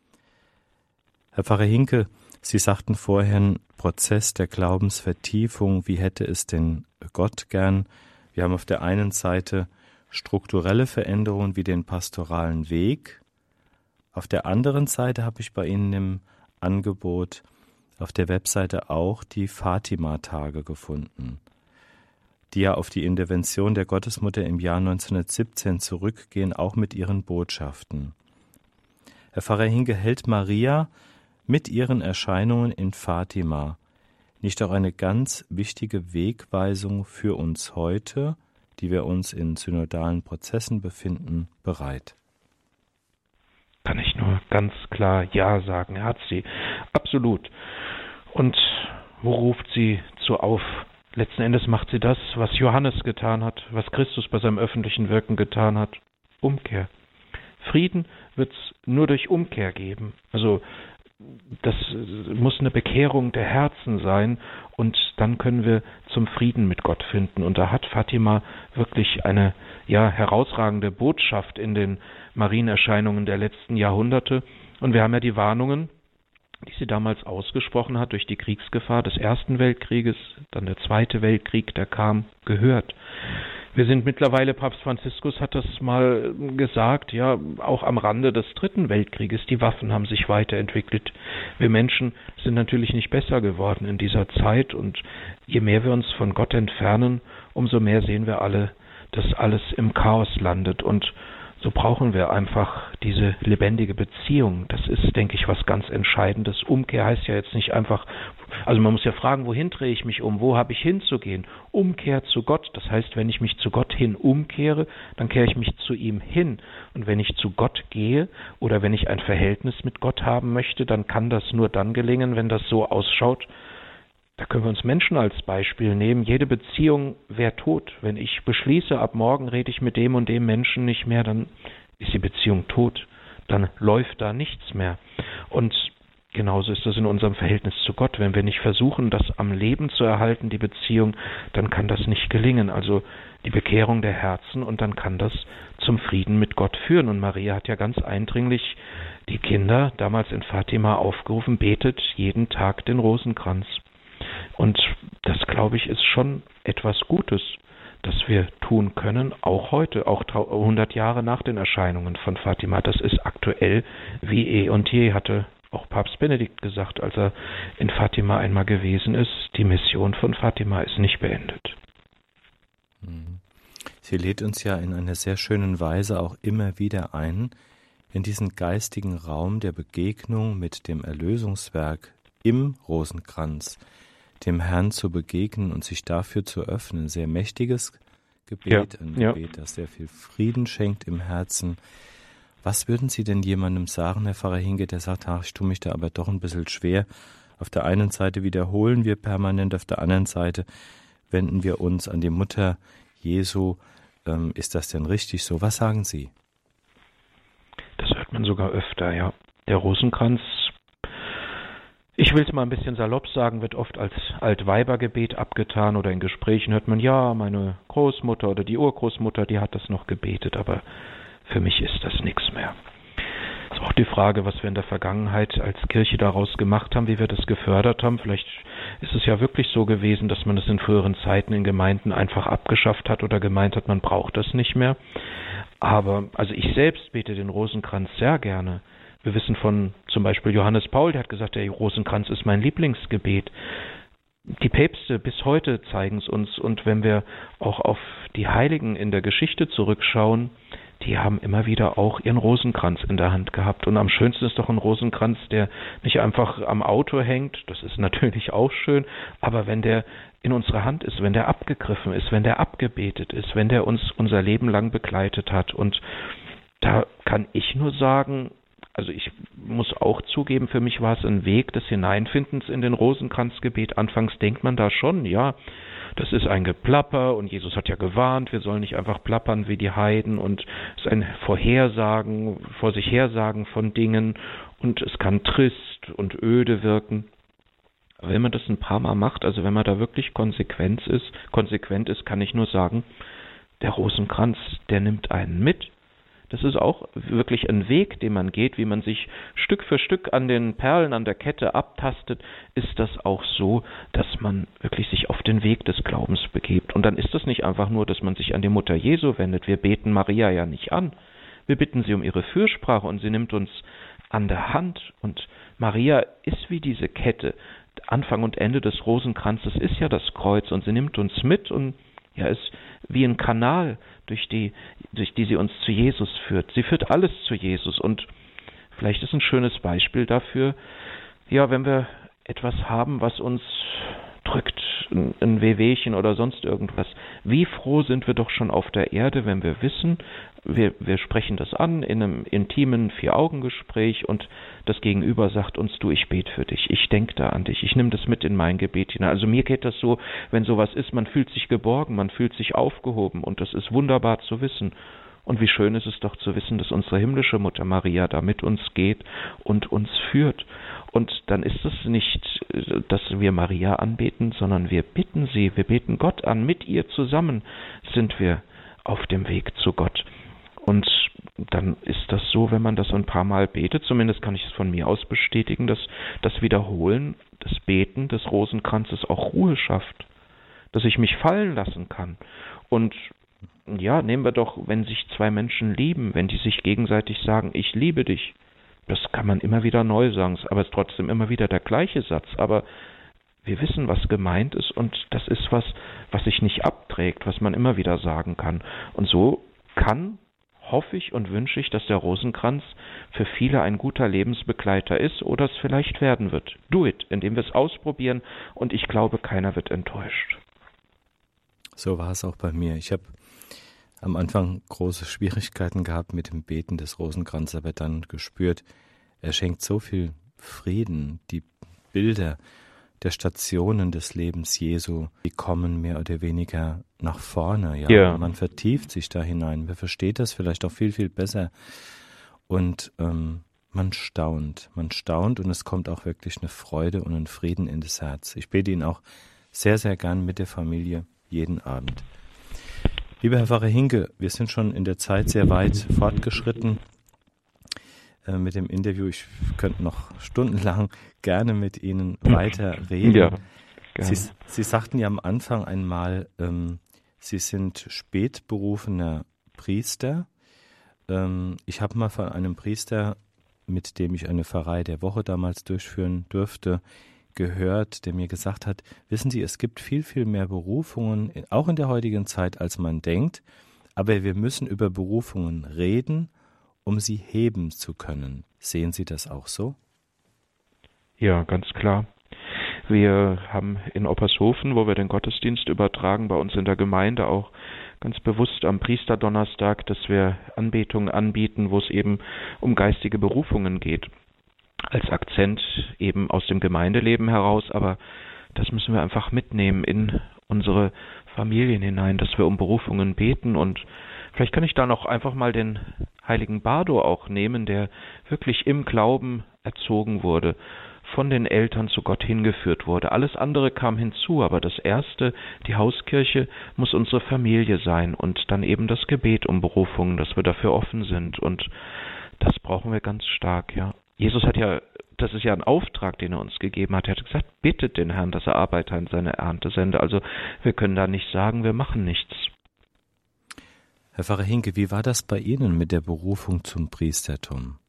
Herr Pfarrer Hinke, Sie sagten vorher, Prozess der Glaubensvertiefung, wie hätte es denn Gott gern? Wir haben auf der einen Seite strukturelle Veränderungen wie den pastoralen Weg. Auf der anderen Seite habe ich bei Ihnen im Angebot auf der Webseite auch die Fatima-Tage gefunden, die ja auf die Intervention der Gottesmutter im Jahr neunzehnhundertsiebzehn zurückgehen, auch mit ihren Botschaften. Herr Pfarrer Hinke, hält Maria mit ihren Erscheinungen in Fatima nicht auch eine ganz wichtige Wegweisung für uns heute, die wir uns in synodalen Prozessen befinden, bereit? Kann ich nur ganz klar Ja sagen. Er hat sie. Absolut. Und wo ruft sie zu auf? Letzten Endes macht sie das, was Johannes getan hat, was Christus bei seinem öffentlichen Wirken getan hat. Umkehr. Frieden wird es nur durch Umkehr geben. Also das muss eine Bekehrung der Herzen sein und dann können wir zum Frieden mit Gott finden. Und da hat Fatima wirklich eine ja, herausragende Botschaft in den Marienerscheinungen der letzten Jahrhunderte. Und wir haben ja die Warnungen, die sie damals ausgesprochen hat durch die Kriegsgefahr des Ersten Weltkrieges, dann der Zweite Weltkrieg, der kam, gehört. Wir sind mittlerweile, Papst Franziskus hat das mal gesagt, ja, auch am Rande des Dritten Weltkrieges, die Waffen haben sich weiterentwickelt. Wir Menschen sind natürlich nicht besser geworden in dieser Zeit und je mehr wir uns von Gott entfernen, umso mehr sehen wir alle, dass alles im Chaos landet. Und so brauchen wir einfach diese lebendige Beziehung. Das ist, denke ich, was ganz Entscheidendes. Umkehr heißt ja jetzt nicht einfach, also man muss ja fragen, wohin drehe ich mich um, wo habe ich hinzugehen? Umkehr zu Gott, das heißt, wenn ich mich zu Gott hin umkehre, dann kehre ich mich zu ihm hin. Und wenn ich zu Gott gehe oder wenn ich ein Verhältnis mit Gott haben möchte, dann kann das nur dann gelingen, wenn das so ausschaut. Da können wir uns Menschen als Beispiel nehmen. Jede Beziehung wäre tot. Wenn ich beschließe, ab morgen rede ich mit dem und dem Menschen nicht mehr, dann ist die Beziehung tot. Dann läuft da nichts mehr. Und genauso ist das in unserem Verhältnis zu Gott. Wenn wir nicht versuchen, das am Leben zu erhalten, die Beziehung, dann kann das nicht gelingen. Also die Bekehrung der Herzen, und dann kann das zum Frieden mit Gott führen. Und Maria hat ja ganz eindringlich die Kinder damals in Fatima aufgerufen, betet jeden Tag den Rosenkranz. Und das, glaube ich, ist schon etwas Gutes, das wir tun können, auch heute, auch hundert Jahre nach den Erscheinungen von Fatima. Das ist aktuell wie eh und je, hatte auch Papst Benedikt gesagt, als er in Fatima einmal gewesen ist. Die Mission von Fatima ist nicht beendet. Sie lädt uns ja in einer sehr schönen Weise auch immer wieder ein, in diesen geistigen Raum der Begegnung mit dem Erlösungswerk im Rosenkranz, dem Herrn zu begegnen und sich dafür zu öffnen. Sehr mächtiges Gebet, ja, ein Gebet, ja. das sehr viel Frieden schenkt im Herzen. Was würden Sie denn jemandem sagen, Herr Pfarrer Hinge, der sagt, ach, ich tue mich da aber doch ein bisschen schwer. Auf der einen Seite wiederholen wir permanent, auf der anderen Seite wenden wir uns an die Mutter Jesu. Ähm, ist das denn richtig so? Was sagen Sie? Das hört man sogar öfter, ja. Der Rosenkranz, ich will es mal ein bisschen salopp sagen, wird oft als Altweibergebet abgetan, oder in Gesprächen hört man, ja, meine Großmutter oder die Urgroßmutter, die hat das noch gebetet, aber für mich ist das nichts mehr. Es ist auch die Frage, was wir in der Vergangenheit als Kirche daraus gemacht haben, wie wir das gefördert haben. Vielleicht ist es ja wirklich so gewesen, dass man es in früheren Zeiten in Gemeinden einfach abgeschafft hat oder gemeint hat, man braucht das nicht mehr. Aber also ich selbst bete den Rosenkranz sehr gerne. Wir wissen von zum Beispiel Johannes Paul, der hat gesagt, der Rosenkranz ist mein Lieblingsgebet. Die Päpste bis heute zeigen es uns, und wenn wir auch auf die Heiligen in der Geschichte zurückschauen, die haben immer wieder auch ihren Rosenkranz in der Hand gehabt. Und am schönsten ist doch ein Rosenkranz, der nicht einfach am Auto hängt, das ist natürlich auch schön, aber wenn der in unserer Hand ist, wenn der abgegriffen ist, wenn der abgebetet ist, wenn der uns unser Leben lang begleitet hat. Und da kann ich nur sagen, also ich muss auch zugeben, für mich war es ein Weg des Hineinfindens in den Rosenkranzgebet. Anfangs denkt man da schon, ja, das ist ein Geplapper, und Jesus hat ja gewarnt, wir sollen nicht einfach plappern wie die Heiden, und es ist ein Vorhersagen, vor sich hersagen von Dingen, und es kann trist und öde wirken. Aber wenn man das ein paar Mal macht, also wenn man da wirklich konsequent ist, konsequent ist, kann ich nur sagen, der Rosenkranz, der nimmt einen mit. Das ist auch wirklich ein Weg, den man geht, wie man sich Stück für Stück an den Perlen an der Kette abtastet, ist das auch so, dass man wirklich sich auf den Weg des Glaubens begibt. Und dann ist das nicht einfach nur, dass man sich an die Mutter Jesu wendet. Wir beten Maria ja nicht an. Wir bitten sie um ihre Fürsprache, und sie nimmt uns an der Hand. Und Maria ist wie diese Kette. Anfang und Ende des Rosenkranzes ist ja das Kreuz, und sie nimmt uns mit und ja, ist wie ein Kanal, durch die, durch die sie uns zu Jesus führt. Sie führt alles zu Jesus, und vielleicht ist ein schönes Beispiel dafür, ja, wenn wir etwas haben, was uns drückt, ein, ein Wehwehchen oder sonst irgendwas. Wie froh sind wir doch schon auf der Erde, wenn wir wissen, wir, wir sprechen das an in einem intimen Vier-Augen-Gespräch, und das Gegenüber sagt uns, du, ich bete für dich, ich denke da an dich, ich nehme das mit in mein Gebet hinein. Also mir geht das so, wenn sowas ist, man fühlt sich geborgen, man fühlt sich aufgehoben, und das ist wunderbar zu wissen. Und wie schön ist es doch zu wissen, dass unsere himmlische Mutter Maria da mit uns geht und uns führt. Und dann ist es nicht, dass wir Maria anbeten, sondern wir bitten sie, wir beten Gott an. Mit ihr zusammen sind wir auf dem Weg zu Gott. Und dann ist das so, wenn man das ein paar Mal betet, zumindest kann ich es von mir aus bestätigen, dass das Wiederholen, das Beten des Rosenkranzes auch Ruhe schafft, dass ich mich fallen lassen kann. Und ja, nehmen wir doch, wenn sich zwei Menschen lieben, wenn die sich gegenseitig sagen, ich liebe dich, das kann man immer wieder neu sagen, aber es ist trotzdem immer wieder der gleiche Satz. Aber wir wissen, was gemeint ist und das ist was, was sich nicht abträgt, was man immer wieder sagen kann. Und so kann, hoffe ich und wünsche ich, dass der Rosenkranz für viele ein guter Lebensbegleiter ist oder es vielleicht werden wird. Do it, indem wir es ausprobieren und ich glaube, keiner wird enttäuscht. So war es auch bei mir. Ich habe am Anfang große Schwierigkeiten gehabt mit dem Beten des Rosenkranzes, aber dann gespürt, er schenkt so viel Frieden. Die Bilder der Stationen des Lebens Jesu, die kommen mehr oder weniger nach vorne. Ja, ja. Man vertieft sich da hinein. Man versteht das vielleicht auch viel, viel besser. Und ähm, man staunt. Man staunt und es kommt auch wirklich eine Freude und ein Frieden in das Herz. Ich bete ihn auch sehr, sehr gern mit der Familie jeden Abend. Lieber Herr Pfarrer Hinke, wir sind schon in der Zeit sehr weit fortgeschritten äh, mit dem Interview. Ich könnte noch stundenlang gerne mit Ihnen weiter reden. Ja, gerne. Sie, Sie sagten ja am Anfang einmal, ähm, Sie sind spätberufener Priester. Ähm, ich habe mal von einem Priester, mit dem ich eine Pfarrei der Woche damals durchführen durfte, gehört, der mir gesagt hat, wissen Sie, es gibt viel, viel mehr Berufungen, auch in der heutigen Zeit, als man denkt, aber wir müssen über Berufungen reden, um sie heben zu können. Sehen Sie das auch so? Ja, ganz klar. Wir haben in Oppershofen, wo wir den Gottesdienst übertragen, bei uns in der Gemeinde auch ganz bewusst am Priesterdonnerstag, dass wir Anbetungen anbieten, wo es eben um geistige Berufungen geht. Als Akzent eben aus dem Gemeindeleben heraus, aber das müssen wir einfach mitnehmen in unsere Familien hinein, dass wir um Berufungen beten und vielleicht kann ich da noch einfach mal den heiligen Bardo auch nehmen, der wirklich im Glauben erzogen wurde, von den Eltern zu Gott hingeführt wurde. Alles andere kam hinzu, aber das Erste, die Hauskirche, muss unsere Familie sein und dann eben das Gebet um Berufungen, dass wir dafür offen sind und das brauchen wir ganz stark, ja. Jesus hat ja, das ist ja ein Auftrag, den er uns gegeben hat. Er hat gesagt, bittet den Herrn, dass er Arbeiter in seine Ernte sende. Also wir können da nicht sagen, wir machen nichts. Herr Pfarrer Hinke, wie war das bei Ihnen mit der Berufung zum Priestertum?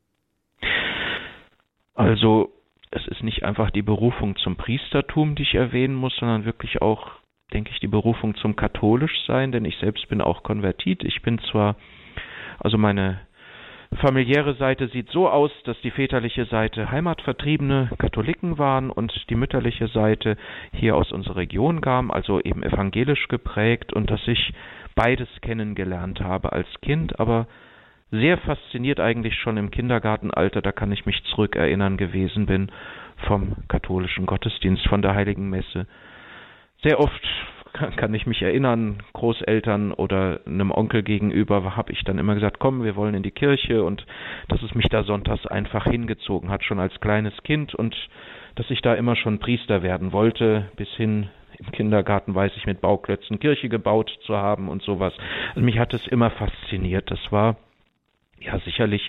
Also es ist nicht einfach die Berufung zum Priestertum, die ich erwähnen muss, sondern wirklich auch, denke ich, die Berufung zum Katholischsein, denn ich selbst bin auch Konvertit. Ich bin zwar, also meine familiäre Seite sieht so aus, dass die väterliche Seite heimatvertriebene Katholiken waren und die mütterliche Seite hier aus unserer Region kam, also eben evangelisch geprägt und dass ich beides kennengelernt habe als Kind, aber sehr fasziniert eigentlich schon im Kindergartenalter, da kann ich mich zurückerinnern gewesen bin vom katholischen Gottesdienst, von der Heiligen Messe. Sehr oft kann ich mich erinnern, Großeltern oder einem Onkel gegenüber habe ich dann immer gesagt, komm, wir wollen in die Kirche und dass es mich da sonntags einfach hingezogen hat, schon als kleines Kind und dass ich da immer schon Priester werden wollte, bis hin im Kindergarten, weiß ich, mit Bauklötzen Kirche gebaut zu haben und sowas. Also mich hat es immer fasziniert. Das war ja sicherlich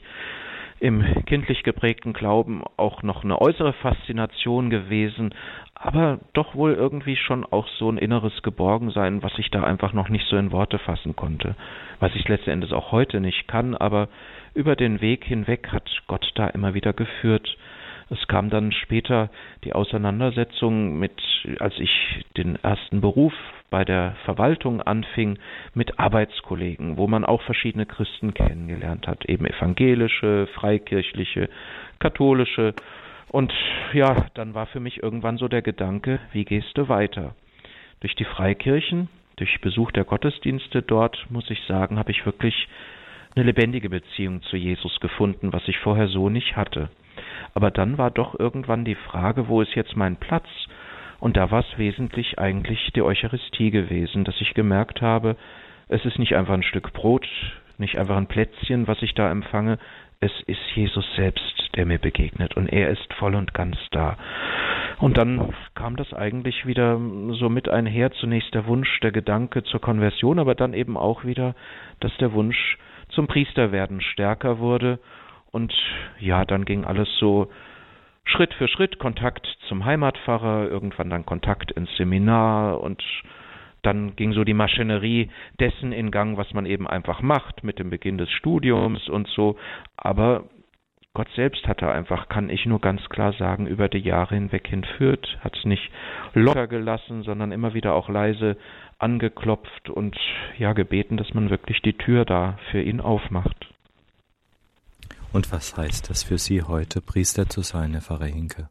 im kindlich geprägten Glauben auch noch eine äußere Faszination gewesen, aber doch wohl irgendwie schon auch so ein inneres Geborgensein, was ich da einfach noch nicht so in Worte fassen konnte, was ich letzten Endes auch heute nicht kann, aber über den Weg hinweg hat Gott da immer wieder geführt. Es kam dann später die Auseinandersetzung mit, als ich den ersten Beruf bei der Verwaltung anfing, mit Arbeitskollegen, wo man auch verschiedene Christen kennengelernt hat, eben evangelische, freikirchliche, katholische. Und ja, dann war für mich irgendwann so der Gedanke, wie gehst du weiter? Durch die Freikirchen, durch Besuch der Gottesdienste dort, muss ich sagen, habe ich wirklich eine lebendige Beziehung zu Jesus gefunden, was ich vorher so nicht hatte. Aber dann war doch irgendwann die Frage, wo ist jetzt mein Platz? Und da war es wesentlich eigentlich die Eucharistie gewesen, dass ich gemerkt habe, es ist nicht einfach ein Stück Brot, nicht einfach ein Plätzchen, was ich da empfange, es ist Jesus selbst, der mir begegnet und er ist voll und ganz da. Und dann kam das eigentlich wieder so mit einher, zunächst der Wunsch, der Gedanke zur Konversion, aber dann eben auch wieder, dass der Wunsch zum Priesterwerden stärker wurde. Und ja, dann ging alles so Schritt für Schritt, Kontakt zum Heimatpfarrer, irgendwann dann Kontakt ins Seminar und dann ging so die Maschinerie dessen in Gang, was man eben einfach macht mit dem Beginn des Studiums und so. Aber Gott selbst hat er einfach, kann ich nur ganz klar sagen, über die Jahre hinweg hinführt, hat es nicht locker gelassen, sondern immer wieder auch leise angeklopft und ja gebeten, dass man wirklich die Tür da für ihn aufmacht. Und was heißt das für Sie heute, Priester zu sein, Herr Pfarrer Hinke?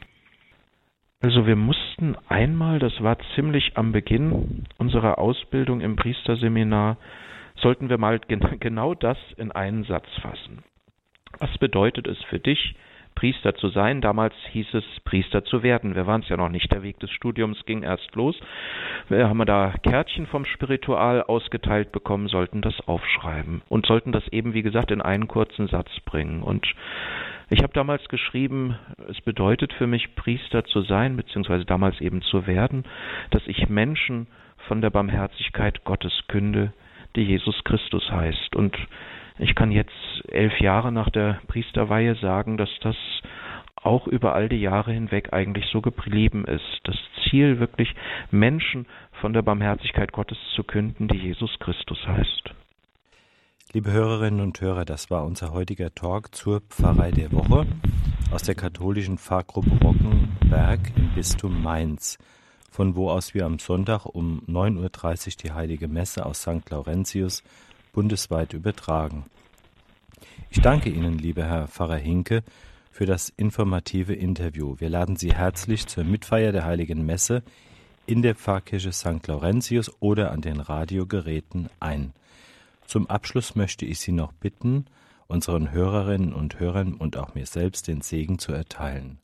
Also wir mussten einmal, das war ziemlich am Beginn unserer Ausbildung im Priesterseminar, sollten wir mal gen- genau das in einen Satz fassen. Was bedeutet es für dich, Priester zu sein? Damals hieß es, Priester zu werden. Wir waren es ja noch nicht. Der Weg des Studiums ging erst los. Wir haben da Kärtchen vom Spiritual ausgeteilt bekommen, sollten das aufschreiben und sollten das eben, wie gesagt, in einen kurzen Satz bringen. Und ich habe damals geschrieben, es bedeutet für mich, Priester zu sein, beziehungsweise damals eben zu werden, dass ich Menschen von der Barmherzigkeit Gottes künde, die Jesus Christus heißt. Und ich kann jetzt elf Jahre nach der Priesterweihe sagen, dass das auch über all die Jahre hinweg eigentlich so geblieben ist. Das Ziel wirklich, Menschen von der Barmherzigkeit Gottes zu künden, die Jesus Christus heißt. Liebe Hörerinnen und Hörer, das war unser heutiger Talk zur Pfarrei der Woche aus der katholischen Pfarrgruppe Rockenberg im Bistum Mainz, von wo aus wir am Sonntag um neun Uhr dreißig die Heilige Messe aus Sankt Laurentius bundesweit übertragen. Ich danke Ihnen, lieber Herr Pfarrer Hinke, für das informative Interview. Wir laden Sie herzlich zur Mitfeier der Heiligen Messe in der Pfarrkirche Sankt Laurentius oder an den Radiogeräten ein. Zum Abschluss möchte ich Sie noch bitten, unseren Hörerinnen und Hörern und auch mir selbst den Segen zu erteilen.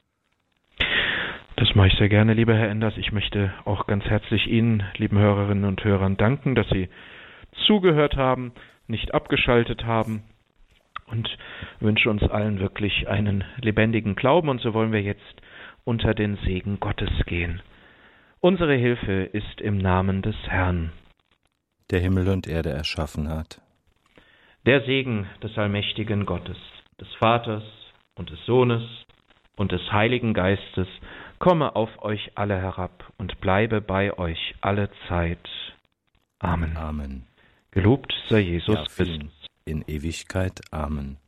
Das mache ich sehr gerne, lieber Herr Enders. Ich möchte auch ganz herzlich Ihnen, lieben Hörerinnen und Hörern, danken, dass Sie zugehört haben, nicht abgeschaltet haben und wünsche uns allen wirklich einen lebendigen Glauben. Und so wollen wir jetzt unter den Segen Gottes gehen. Unsere Hilfe ist im Namen des Herrn, der Himmel und Erde erschaffen hat. Der Segen des allmächtigen Gottes, des Vaters und des Sohnes und des Heiligen Geistes komme auf euch alle herab und bleibe bei euch alle Zeit. Amen. Amen. Gelobt sei Jesus ja, Christus. In Ewigkeit. Amen.